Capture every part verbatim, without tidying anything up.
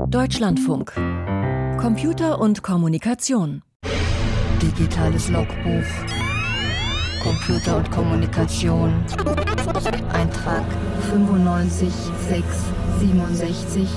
Deutschlandfunk. Computer und Kommunikation. Digitales Logbuch. Computer und Kommunikation. Eintrag fünfundneunzig sechs siebenundsechzig.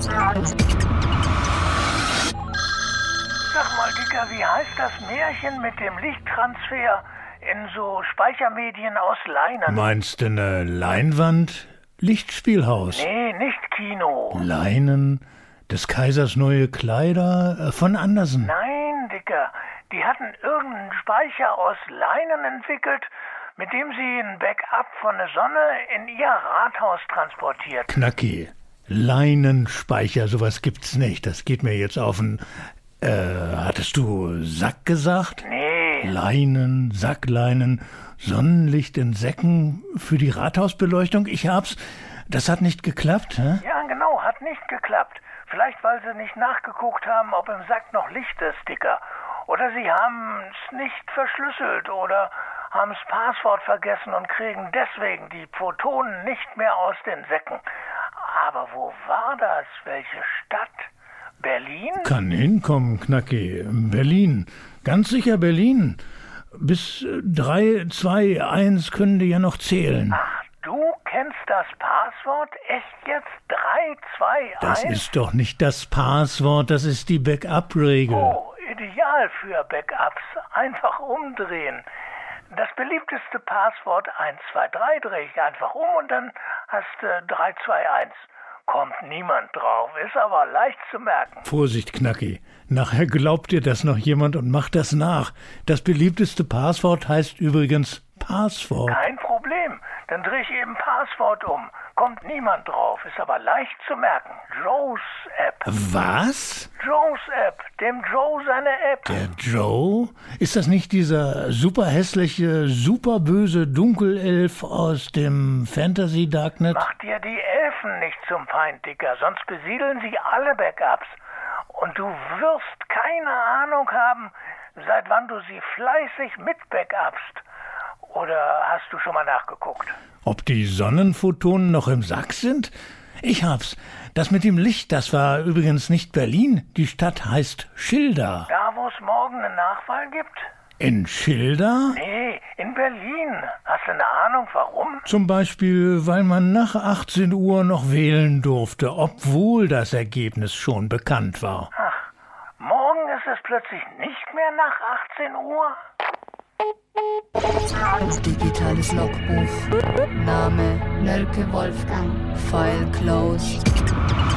Sag mal, Dicker, wie heißt das Märchen mit dem Lichttransfer in so Speichermedien aus Leinen? Meinst du eine Leinwand? Lichtspielhaus? Nee, nicht Kino. Leinen? Des Kaisers neue Kleider? Äh, von Andersen? Nein, Dicker. Die hatten irgendeinen Speicher aus Leinen entwickelt, mit dem sie ein Backup von der Sonne in ihr Rathaus transportiert. Knacki. Leinenspeicher, sowas gibt's nicht. Das geht mir jetzt auf den... Äh, hattest du Sack gesagt? Nee. Leinen, Sackleinen, Sonnenlicht in Säcken für die Rathausbeleuchtung? Ich hab's. Das hat nicht geklappt, hä? Ja, genau, hat nicht geklappt. Vielleicht, weil sie nicht nachgeguckt haben, ob im Sack noch Licht ist, Dicker. Oder sie haben es nicht verschlüsselt oder haben das Passwort vergessen und kriegen deswegen die Photonen nicht mehr aus den Säcken. Aber wo war das? Welche Stadt? Berlin? Kann hinkommen, Knacki. Berlin. Ganz sicher Berlin. Bis drei, zwei, eins können die ja noch zählen. Ach, du kennst das Passwort? Echt jetzt? drei, zwei, Das eins? ist doch nicht das Passwort, das ist die Backup-Regel. Oh, ideal für Backups. Einfach umdrehen. Das beliebteste Passwort eins zwei drei drehe ich einfach um und dann hast du drei zwei eins. Kommt niemand drauf, ist aber leicht zu merken. Vorsicht, Knacki. Nachher glaubt dir das noch jemand und macht das nach. Das beliebteste Passwort heißt übrigens Passwort. Kein Problem, dann drehe ich eben Passwort um. Kommt niemand drauf, ist aber leicht zu merken. Joes App. Was? Joes App, dem Joe seine App. Der Joe? Ist das nicht dieser super hässliche, super böse Dunkelelf aus dem Fantasy Darknet? Mach dir die Elfen nicht zum Feind, Dicker, sonst besiedeln sie alle Backups. Und du wirst keine Ahnung haben, seit wann du sie fleißig mitbackupst. Oder hast du schon mal nachgeguckt? Ob die Sonnenphotonen noch im Sack sind? Ich hab's. Das mit dem Licht, das war übrigens nicht Berlin. Die Stadt heißt Schilda. Da, wo es morgen eine Nachwahl gibt? In Schilda? Nee, in Berlin. Hast du eine Ahnung, warum? Zum Beispiel, weil man nach achtzehn Uhr noch wählen durfte, obwohl das Ergebnis schon bekannt war. Ach, morgen ist es plötzlich nicht mehr nach achtzehn Uhr? Digitales Logbuch. Name Nölke Wolfgang. File closed.